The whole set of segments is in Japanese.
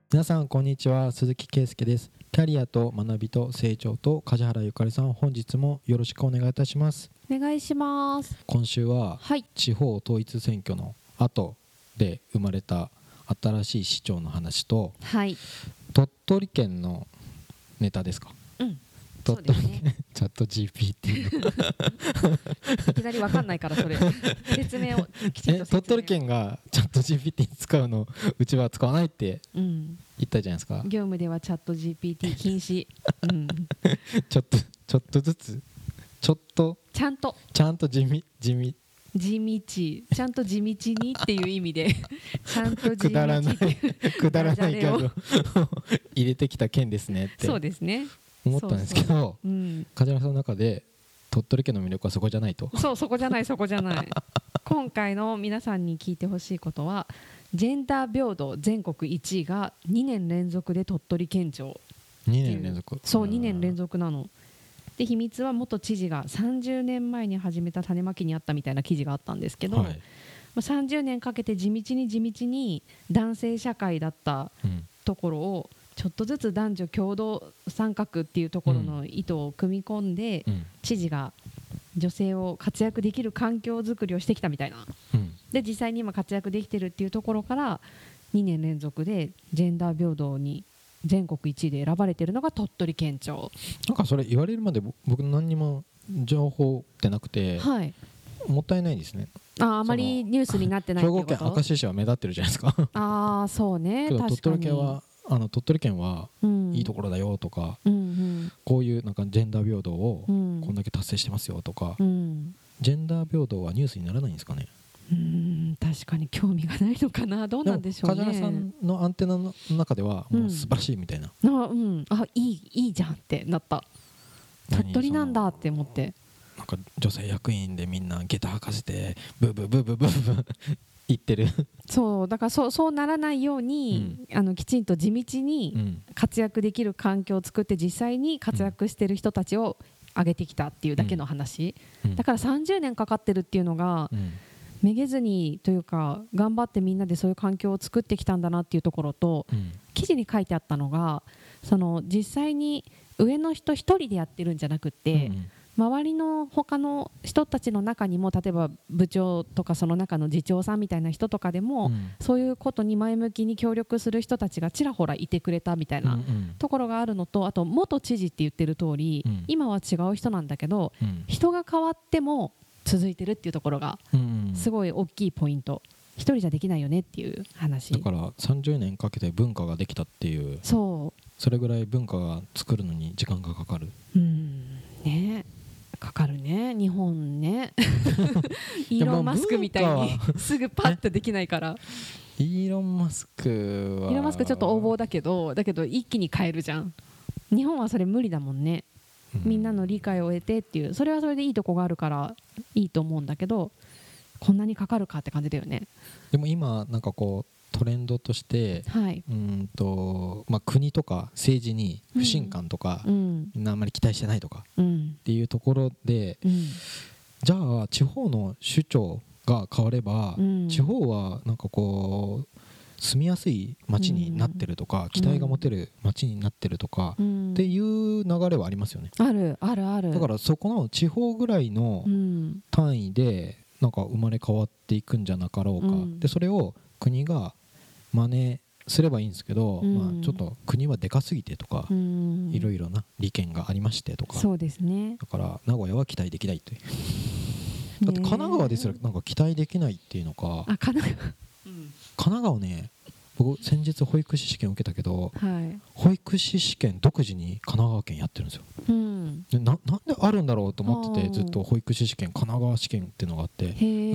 皆さんこんにちは、鈴木圭介です。キャリアと学びと成長と梶原ゆかりさん、本日もよろしくお願いいたします。 お願いします。 今週は地方統一選挙の後で生まれた新しい市長の話と、鳥取県のネタですか。鳥取県、ね、チャット GPT いきなり分かんないからそれ説明をきちんと鳥取県がチャット GPT 使うのうちは使わないって言ったじゃないですか、 業務ではチャット GPT 禁止、 ちょっとずつちゃんと地道ちゃんと地道にっていう意味でちゃんと地道くだらないギャグを入れてきた県ですねってそうですね思ったんですけど、梶原さんの中で鳥取県の魅力はそこじゃないと。 そこじゃない今回の皆さんに聞いてほしいことは、ジェンダー平等全国1位が2年連続で鳥取県庁。 2年連続。 そう2年連続なので、秘密は元知事が30年前に始めた種まきにあったみたいな記事があったんですけど、30年かけて地道に男性社会だったところをちょっとずつ男女共同参画っていうところの意図を組み込んで、知事が女性を活躍できる環境づくりをしてきたみたいな、で実際に今活躍できてるっていうところから2年連続でジェンダー平等に全国1位で選ばれてるのが鳥取県庁。 なんかそれ言われるまで僕何にも情報ってなくて、もったいないですね。 あまりニュースになってないってこと。 兵庫県明石市は目立ってるじゃないですかそうね、確かに鳥取県はいいところだよとか、こういうなんかジェンダー平等をこんだけ達成してますよとか、ジェンダー平等はニュースにならないんですかね。 確かに興味がないのかな、どうなんでしょうね。 梶原さんのアンテナの中ではもう素晴らしいみたいな、 いいじゃんってなった。鳥取なんだって思って、 なんか女性役員でみんな下駄履かせてブーブーブーブーブーブー言ってるそうだからそうならないように、きちんと地道に活躍できる環境を作って実際に活躍してる人たちを上げてきたっていうだけの話、だから30年かかってるっていうのが、めげずにというか頑張ってみんなでそういう環境を作ってきたんだなっていうところと、記事に書いてあったのが、その実際に上の人一人でやってるんじゃなくて、周りの他の人たちの中にも、例えば部長とかその中の次長さんみたいな人とかでも、そういうことに前向きに協力する人たちがちらほらいてくれたみたいなところがあるのと、あと元知事って言ってる通り、今は違う人なんだけど、人が変わっても続いてるっていうところがすごい大きいポイント。一人じゃできないよねっていう話だから、30年かけて文化ができたっていう、それぐらい文化が作るのに時間がかかる。 ね、かかるね、日本ねイーロン・マスクみたいにすぐパッとできないからイーロン・マスクちょっと横暴だけど一気に変えるじゃん。日本はそれ無理だもんね、みんなの理解を得てっていう、それはそれでいいとこがあるからいいと思うんだけど、こんなにかかるかって感じだよね。 でも今なんかこうトレンドとして、国とか政治に不信感とか、みんなあんまり期待してないとか、っていうところで、じゃあ地方の首長が変われば、地方はなんかこう住みやすい街になってるとか、期待が持てる街になってるとか、っていう流れはありますよね。 ある。 だからそこの地方ぐらいの単位でなんか生まれ変わっていくんじゃなかろうか、でそれを国が真似すればいいんですけど、ちょっと国はでかすぎてとか、いろいろな利権がありましてとか、 そうですね、 だから名古屋は期待できないというだって神奈川ですらなんか期待できないっていうのか。 神奈川ね、僕先日保育士試験を受けたけど、保育士試験独自に神奈川県やってるんですよ、でなんであるんだろうと思ってて、ずっと保育士試験、神奈川試験っていうのがあって、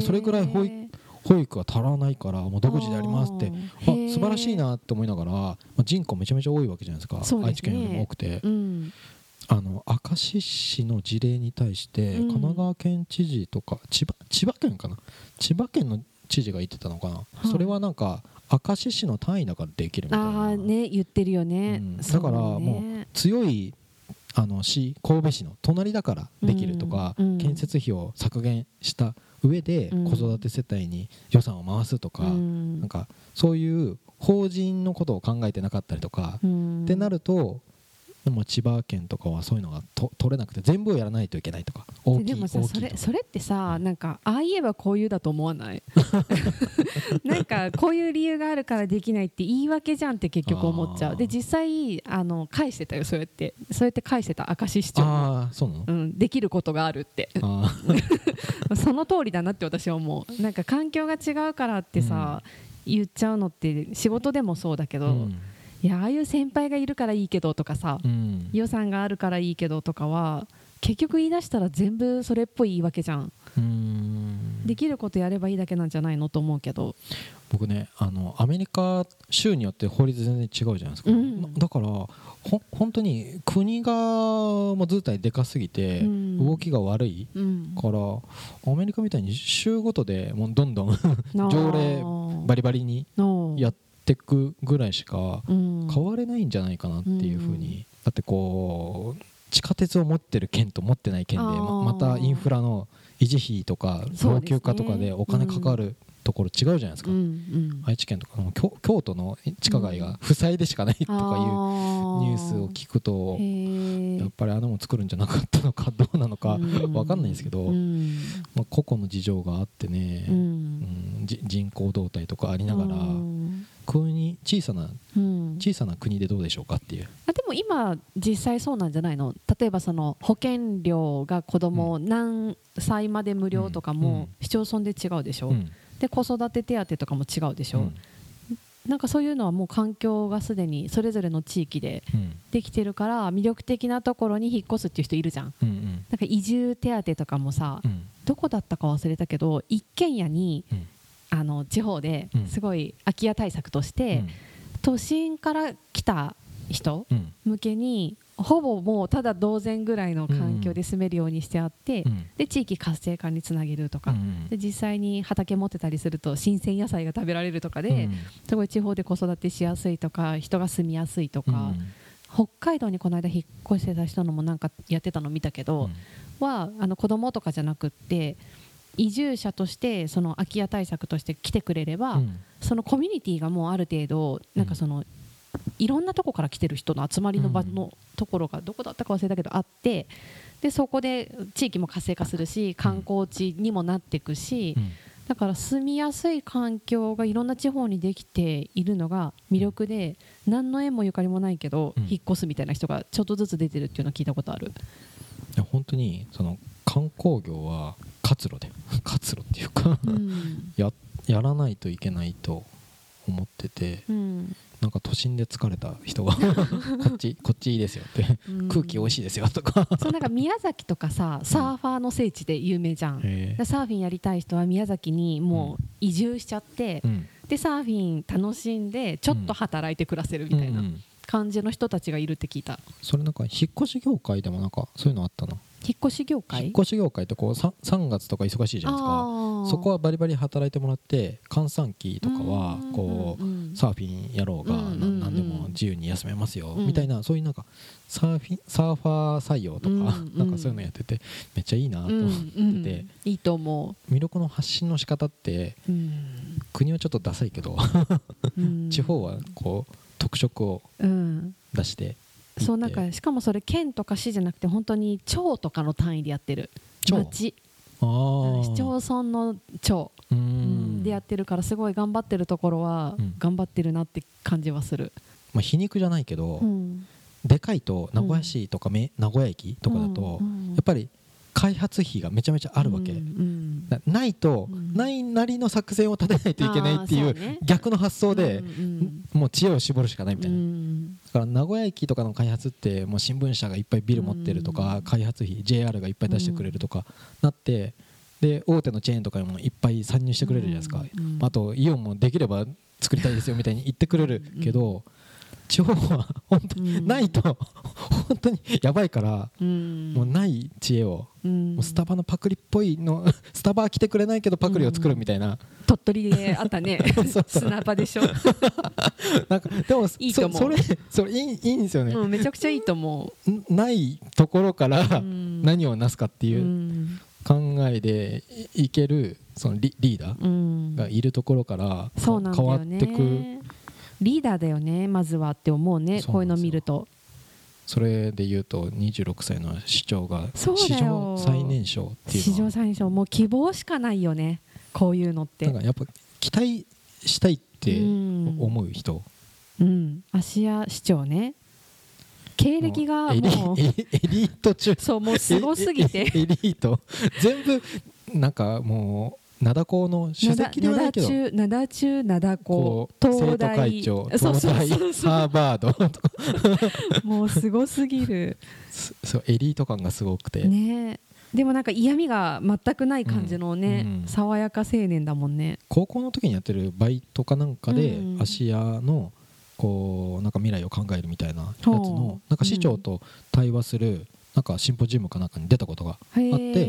それぐらい保育が足らないからもう独自でやりますって、素晴らしいなって思いながら、人口めちゃめちゃ多いわけじゃないですか、愛知県よりも多くて、明石市の事例に対して神奈川県知事とか千葉県かな、千葉県の知事が言ってたのかな、それはなんか明石市の単位だからできるみたいな、 言ってるよね、 だからもう強い市、神戸市の隣だからできるとか、建設費を削減した上で子育て世帯に予算を回すとか、なんかそういう法人のことを考えてなかったりとかってなると、でも千葉県とかはそういうのが取れなくて全部をやらないといけないとか。 でもさ、それってさ、なんかああ言えばこう言うだと思わないなんかこういう理由があるからできないって言い訳じゃんって結局思っちゃう。で実際返してたよ、そうやって返してた、明石市長も。 そうなの？ できることがあるってその通りだなって私は思う。なんか環境が違うからってさ、言っちゃうのって仕事でもそうだけど、いや、ああいう先輩がいるからいいけどとかさ、予算があるからいいけどとかは結局言い出したら全部それっぽい言い訳じゃん。できることやればいいだけなんじゃないのと思うけど、 僕ね、アメリカ州によって法律全然違うじゃないですか、だから本当に国がもう図体でかすぎて動きが悪いから、アメリカみたいに州ごとでもうどんどん条例バリバリにやっていくぐらいしか変われないんじゃないかなっていうふうに。だってこう地下鉄を持ってる県と持ってない県でまたインフラの維持費とか老朽化とかでお金かかるところ違うじゃないですか。愛知県とか京都の地下街が負債でしかないとかいうニュースを聞くと、やっぱりも作るんじゃなかったのかどうなのか分かんないんですけど、個々の事情があってね、人口動態とかありながら小さな国でどうでしょうかっていう。 でも今実際そうなんじゃないの？例えばその保険料が子供何歳まで無料とかも市町村で違うでしょ、で子育て手当とかも違うでしょ、なんかそういうのはもう環境がすでにそれぞれの地域でできてるから魅力的なところに引っ越すっていう人いるじゃん、なんか移住手当とかもさ、どこだったか忘れたけど一軒家に地方ですごい空き家対策として都心から来た人向けにほぼもうただ同然ぐらいの環境で住めるようにしてあって、で地域活性化につなげるとか、で実際に畑持ってたりすると新鮮野菜が食べられるとかで、すごい地方で子育てしやすいとか人が住みやすいとか、北海道にこの間引っ越してた人のもなんかやってたの見たけど、は子供とかじゃなくって移住者としてその空き家対策として来てくれれば、そのコミュニティがもうある程度なんかそのいろんなとこから来てる人の集まりの場のところがどこだったか忘れたけどあって、でそこで地域も活性化するし観光地にもなっていくし、だから住みやすい環境がいろんな地方にできているのが魅力で、何の縁もゆかりもないけど引っ越すみたいな人がちょっとずつ出てるっていうのを聞いたことある。 いや本当にその観光業は活路っていうかやらないといけないと思ってて、なんか都心で疲れた人がこっちいいですよって、空気美味しいですよとかそうなんか宮崎とかさ、サーファーの聖地で有名じゃん、サーフィンやりたい人は宮崎にもう移住しちゃって、でサーフィン楽しんでちょっと働いて暮らせるみたいな感じの人たちがいるって聞いた。 それなんか引っ越し業界でもなんかそういうのあったな。 引っ越し業界ってこう 3月とか忙しいじゃないですか。そこはバリバリ働いてもらって、閑散期とかはこうサーフィンやろうが何でも自由に休めますよみたいな、そういうなんかサーファー採用とかなんかそういうのやっててめっちゃいいなと思ってて、 いいと思う。魅力の発信の仕方って国はちょっとダサいけど地方はこう特色を出してそうなんかしかもそれ県とか市じゃなくて本当に町とかの単位でやってる、町市町村の町でやってるから、すごい頑張ってるところは頑張ってるなって感じはする。 まあ皮肉じゃないけど、でかいと名古屋市とか名古屋駅とかだとやっぱり開発費がめちゃめちゃあるわけ、ないとないなりの作戦を立てないといけないっていう逆の発想でもう知恵を絞るしかないみたいな。だから名古屋駅とかの開発ってもう新聞社がいっぱいビル持ってるとか、開発費 JR がいっぱい出してくれるとかなって、で大手のチェーンとかにもいっぱい参入してくれるじゃないですか。あとイオンもできれば作りたいですよみたいに言ってくれるけど、地方は本当にないと本当にやばいから、もうない知恵を、もうスタバのパクリっぽいのスタバは来てくれないけどパクリを作るみたいな、 鳥取であったね砂場でしょなんかでもいいと思う。 それいいんですよね、 めちゃくちゃいいと思う。 ないところから何をなすかっていう、 考えでいけるそのリーダーがいるところから変わってく、 リーダーだよねまずはって思うね。こういうの見るとそれでいうと26歳の市長が史上最年少っていうのは史上最年少、もう希望しかないよねこういうのって。 なんかやっぱ期待したいって思う人、 芦屋市長ね、経歴がもうエリート中、 そうもうすごすぎてエリート全部なんかもう灘高の首席ではないけど灘中灘高東大生徒会長東大ハーバードもうすごすぎるそうエリート感がすごくてね。でもなんか嫌味が全くない感じのね、爽やか青年だもんね。 高校の時にやってるバイトかなんかで芦屋のこうなんか未来を考えるみたいなやつのなんか市長と対話するなんかシンポジウムかなんかに出たことがあって、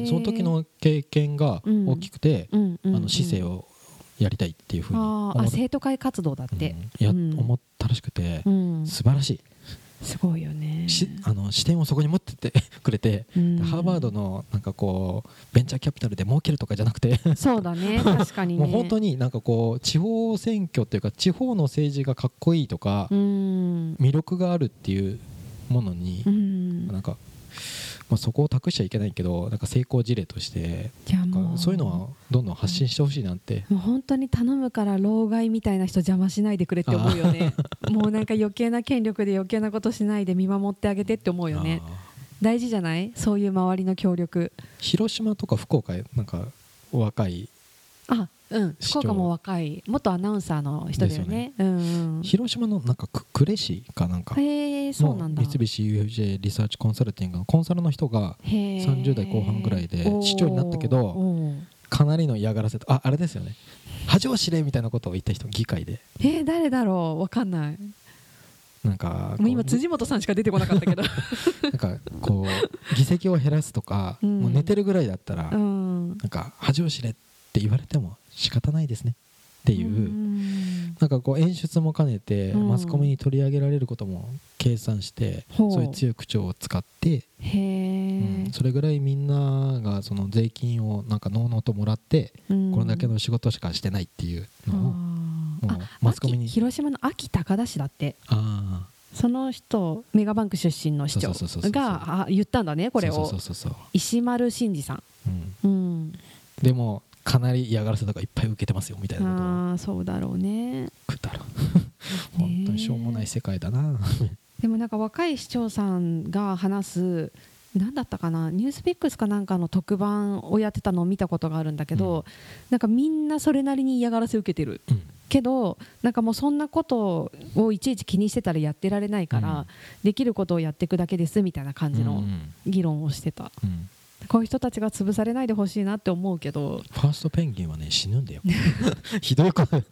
その時の経験が大きくて市政をやりたいっていうふうに生徒会活動だって思ったらしくて、素晴らしい、 すごいよね。 視点をそこに持ってってくれて、ハーバードのなんかこうベンチャーキャピタルで儲けるとかじゃなくてそうだね確かにねもう本当になんかこう地方選挙っていうか地方の政治がかっこいいとか魅力があるっていうものになんかまあそこを託しちゃいけないけどなんか成功事例としてそういうのはどんどん発信してほしいなんて。 もう本当に頼むから老害みたいな人邪魔しないでくれって思うよねもうなんか余計な権力で余計なことしないで見守ってあげてって思うよね。大事じゃない、そういう周りの協力。 広島とか福岡なんか若い福岡も若い元アナウンサーの人だよね。 広島のなんか呉市かなんかそうなんだ。 三菱 UFJ リサーチコンサルティングのコンサルの人が30代後半ぐらいで市長になったけどかなりの嫌がらせとあれですよね、恥を知れみたいなことを言った人議会で。 誰だろう、分かんない。 なんかもう今辻元さんしか出てこなかったけどなんかこう議席を減らすとか、もう寝てるぐらいだったら、なんか恥を知れって言われても仕方ないですねっていう、なんかこう演出も兼ねてマスコミに取り上げられることも計算して、そういう強い口調を使って、それぐらいみんながその税金をなんかのうのうともらって、これだけの仕事しかしてないっていうのをもうマスコミに。 広島の安芸高田市だって。その人メガバンク出身の市長が言ったんだねこれを。石丸伸二さん。 でもかなり嫌がらせとかいっぱい受けてますよみたいなことを。 そうだろうね。 本当にしょうもない世界だなでもなんか若い市長さんが話す何だったかな、ニュースピックスかなんかの特番をやってたのを見たことがあるんだけど、なんかみんなそれなりに嫌がらせ受けてる、けどなんかもうそんなことをいちいち気にしてたらやってられないから、できることをやっていくだけですみたいな感じの議論をしてた。こういう人たちが潰されないでほしいなって思うけど、 ファーストペンギンはね死ぬんだよひどいこと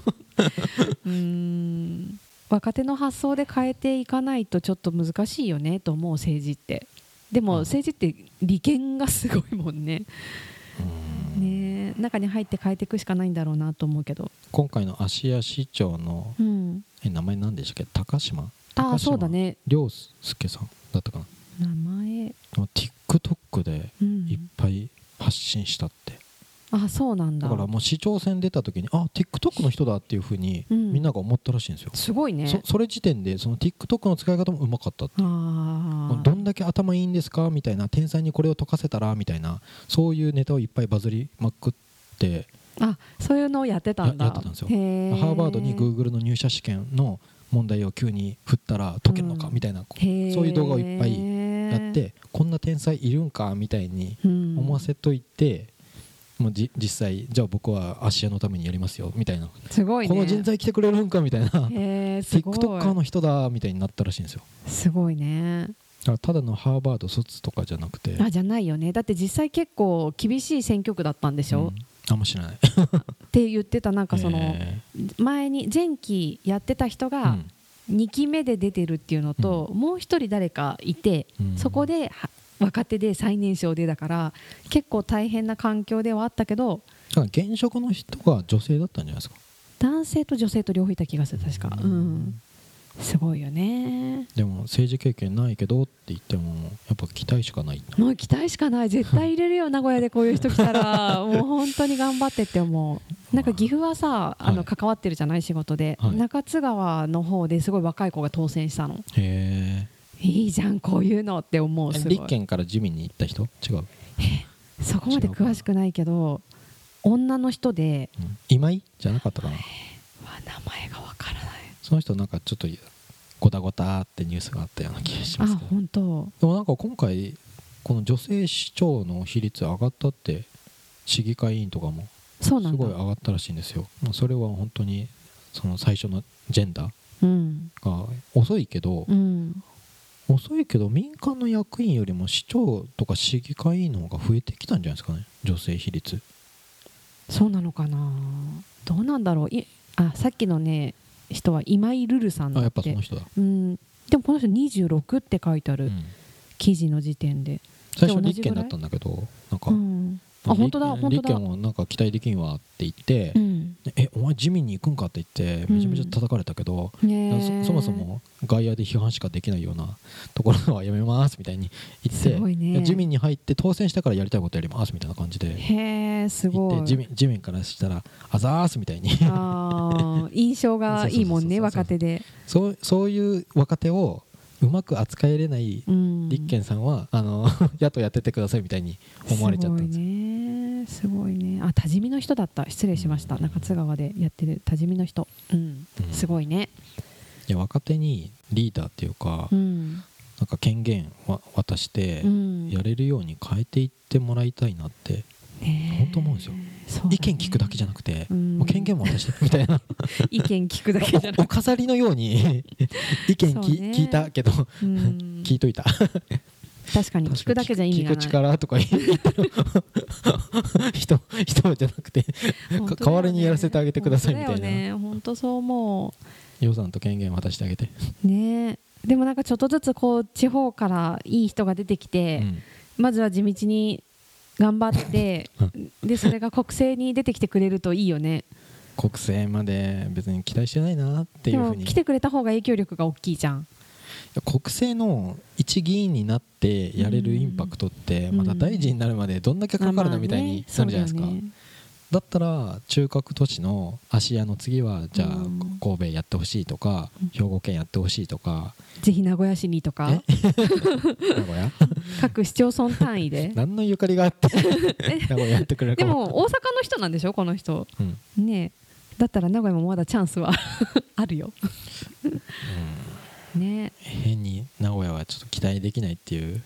若手の発想で変えていかないとちょっと難しいよねと思う政治って。でも政治って利権がすごいもんね。中に入って変えていくしかないんだろうなと思うけど、 今回の芦屋市長の、名前何でしたっけ、高島そうだね、 亮介さんだったかな、 名前 TikTok でいっぱい発信したって、 そうなんだ。 だからもう市長選出た時にTikTok の人だっていうふうにみんなが思ったらしいんですよ。 すごいね。 それ時点でその TikTok の使い方もうまかったって。どんだけ頭いいんですかみたいな、天才にこれを解かせたらみたいな、そういうネタをいっぱいバズりまくって、 そういうのをやってたんだ。 やってたんですよ。ハーバードに Google の入社試験の問題を急に振ったら解けるのかみたいな、そういう動画をいっぱいやって、こんな天才いるんかみたいに思わせといて、もう実際じゃあ僕は芦屋のためにやりますよみたいな、 すごいね、 この人材来てくれるんかみたいなTikToker の人だみたいになったらしいんですよ。 すごいね。 ただのハーバード卒とかじゃなくて、 じゃないよね。だって実際結構厳しい選挙区だったんでしょ、 あんま知らないって言ってた。なんかその前に前期やってた人が2期目で出てるっていうのと、もう一人誰かいて、そこで若手で最年少でだから結構大変な環境ではあったけど、 現職の人が女性だったんじゃないですか。 男性と女性と両方いた気がする確か。 すごいよね。 でも政治経験ないけどって言ってもやっぱ期待しかない。 もう期待しかない。絶対入れるよ名古屋でこういう人来たらもう本当に頑張ってって思う。なんか岐阜はさ関わってるじゃない仕事で、はい、中津川の方ですごい若い子が当選したの。 へえ、いいじゃんこういうのって思う。すごい。 立憲から自民に行った人？違う。 そこまで詳しくないけど女の人で、 今井じゃなかったかな。 名前がわからない。 その人なんかちょっとゴタゴタってニュースがあったような気がしますけど。 本当。 でもなんか今回この女性市長の比率上がったって市議会議員とかもすごい上がったらしいんですよ。それは本当にその最初のジェンダーが遅いけど、遅いけど民間の役員よりも市長とか市議会議員の方が増えてきたんじゃないですかね、女性比率。 そうなのかな。どうなんだろう。さっきのね人は今井ルルさんだって。 やっぱその人だ。 でもこの人26って書いてある、記事の時点で。 最初立憲だったんだけどなんか、 本当だ本当だ。 立憲もなんか期待できんわって言って、お前自民に行くんかって言ってめちゃめちゃ叩かれたけど、そもそも外野で批判しかできないようなところはやめますみたいに言って、自民に入って当選したからやりたいことやりますみたいな感じで、 へーすごい。 自民からしたらあざーすみたいに印象がいいもんね若手で。 そういう若手をうまく扱えれない立憲さんは、野党やっててくださいみたいに思われちゃったんですよ。 すごいね。多治見の人だった。失礼しました。中津川でやってる多治見の人、すごいね。 いや若手にリーダーっていうか、なんか権限渡してやれるように変えていってもらいたいなって本当思うんですよ。意見聞くだけじゃなくて、もう権限も渡してみたいな意見聞くだけじゃなくてお飾りのように意見聞いたけど聞いといた確かに聞くだけじゃ意味がない。 聞く力とか言ってる人じゃなくて、代わりにやらせてあげてくださいみたいな。 本当そう思う。 予算と権限渡してあげてね。でもなんかちょっとずつこう地方からいい人が出てきて、まずは地道に頑張ってでそれが国政に出てきてくれるといいよね。 国政まで別に期待してないなっていうふうに。 でも来てくれた方が影響力が大きいじゃん。 国政の一議員になってやれるインパクトってまた大臣になるまでどんだけかかるのみたいになるじゃないですか。だったら中核都市の芦屋の次はじゃあ神戸やってほしいとか、兵庫県やってほしいとか、 ぜひ名古屋市にとか名古屋各市町村単位で何のゆかりがあって名古屋やってくれるか。 でも大阪の人なんでしょこの人、ね。だったら名古屋もまだチャンスはあるよね。 変に名古屋はちょっと期待できないっていう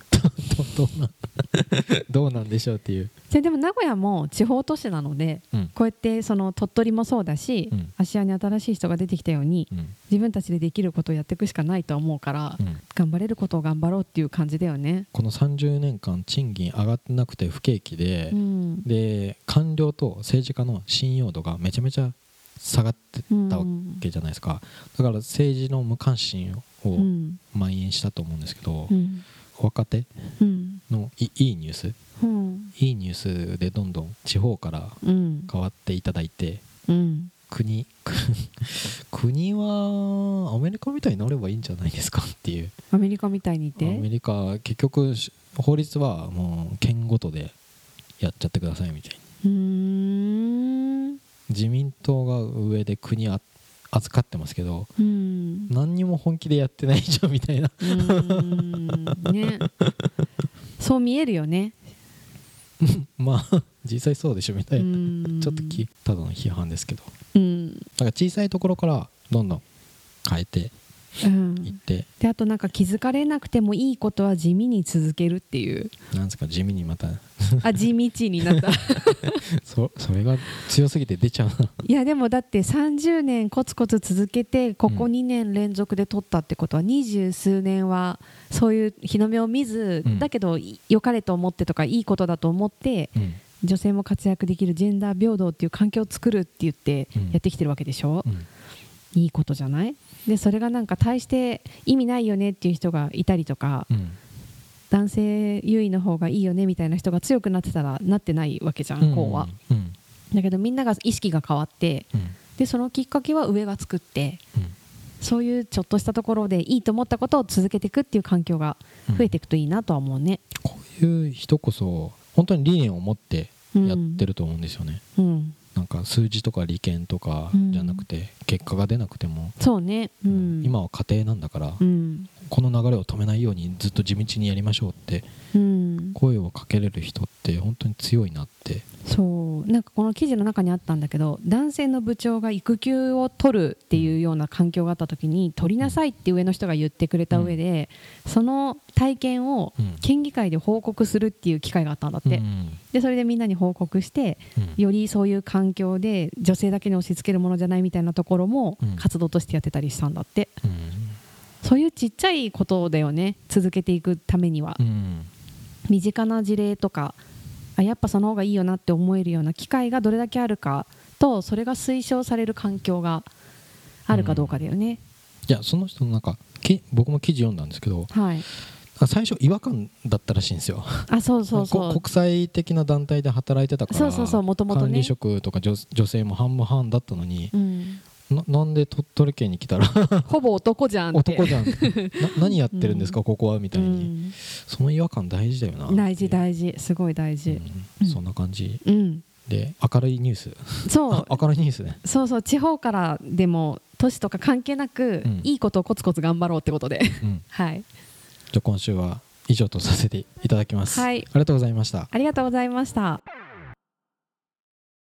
どうなんでしょうっていう。 でも名古屋も地方都市なので、こうやってその鳥取もそうだし、芦屋に新しい人が出てきたように、自分たちでできることをやっていくしかないと思うから、頑張れることを頑張ろうっていう感じだよね。この30年間賃金上がってなくて不景気で、で官僚と政治家の信用度がめちゃめちゃ下がってたわけじゃないですか。だから政治の無関心を蔓延したと思うんですけど、若手のいいニュース、いいニュースでどんどん地方から変わっていただいて、国はアメリカみたいになればいいんじゃないですかっていう。 アメリカみたいにってアメリカ結局法律はもう県ごとでやっちゃってくださいみたいに。自民党が上で国預かってますけど、何にも本気でやってないじゃんみたいなね、そう見えるよねまあ実際そうでしょみたいな、ちょっとただの批判ですけど、だから小さいところからどんどん変えていって、 であとなんか気づかれなくてもいいことは地味に続けるっていう。 なんですか地味にまた地道になったそれが強すぎて出ちゃういやでもだって30年コツコツ続けてここ2年連続で取ったってことは20数年はそういう日の目を見ず、だけど良かれと思ってとかいいことだと思って、女性も活躍できるジェンダー平等っていう環境を作るって言ってやってきてるわけでしょ、いいことじゃない。でそれがなんか大して意味ないよねっていう人がいたりとか、男性優位の方がいいよねみたいな人が強くなってたらなってないわけじゃん、こうは。だけどみんなが意識が変わって、でそのきっかけは上が作って、 そういうちょっとしたところでいいと思ったことを続けていくっていう環境が増えていくといいなとは思うね、 こういう人こそ本当に理念を持ってやってると思うんですよね、なんか数字とか利権とかじゃなくて、結果が出なくてもそうね、 今は家庭なんだから、この流れを止めないようにずっと地道にやりましょうって声をかけれる人って本当に強いなって。 そうなんかこの記事の中にあったんだけど、男性の部長が育休を取るっていうような環境があった時に取りなさいって上の人が言ってくれた上で、その体験を県議会で報告するっていう機会があったんだって、でそれでみんなに報告して、よりそういう環境で女性だけに押し付けるものじゃないみたいなところも活動としてやってたりしたんだって、そういうちっちゃいことだよね、続けていくためには、身近な事例とかやっぱその方がいいよなって思えるような機会がどれだけあるかと、それが推奨される環境があるかどうかだよね、 いやその人のなんか僕も記事読んだんですけど、最初違和感だったらしいんですよ。国際的な団体で働いてたから、 元々ね、 管理職とか 女性も半分半だったのに、なんで鳥取県に来たらほぼ男じゃんって男じゃん何やってるんですか、ここはみたいに、その違和感大事だよな。 大事すごい大事、 そんな感じ、で明るいニュース、 そう明るいニュースね、 そう地方からでも都市とか関係なく、いいことをコツコツ頑張ろうってことで、はい、 じゃあ今週は以上とさせていただきます、 はい、 ありがとうございました。 ありがとうございました。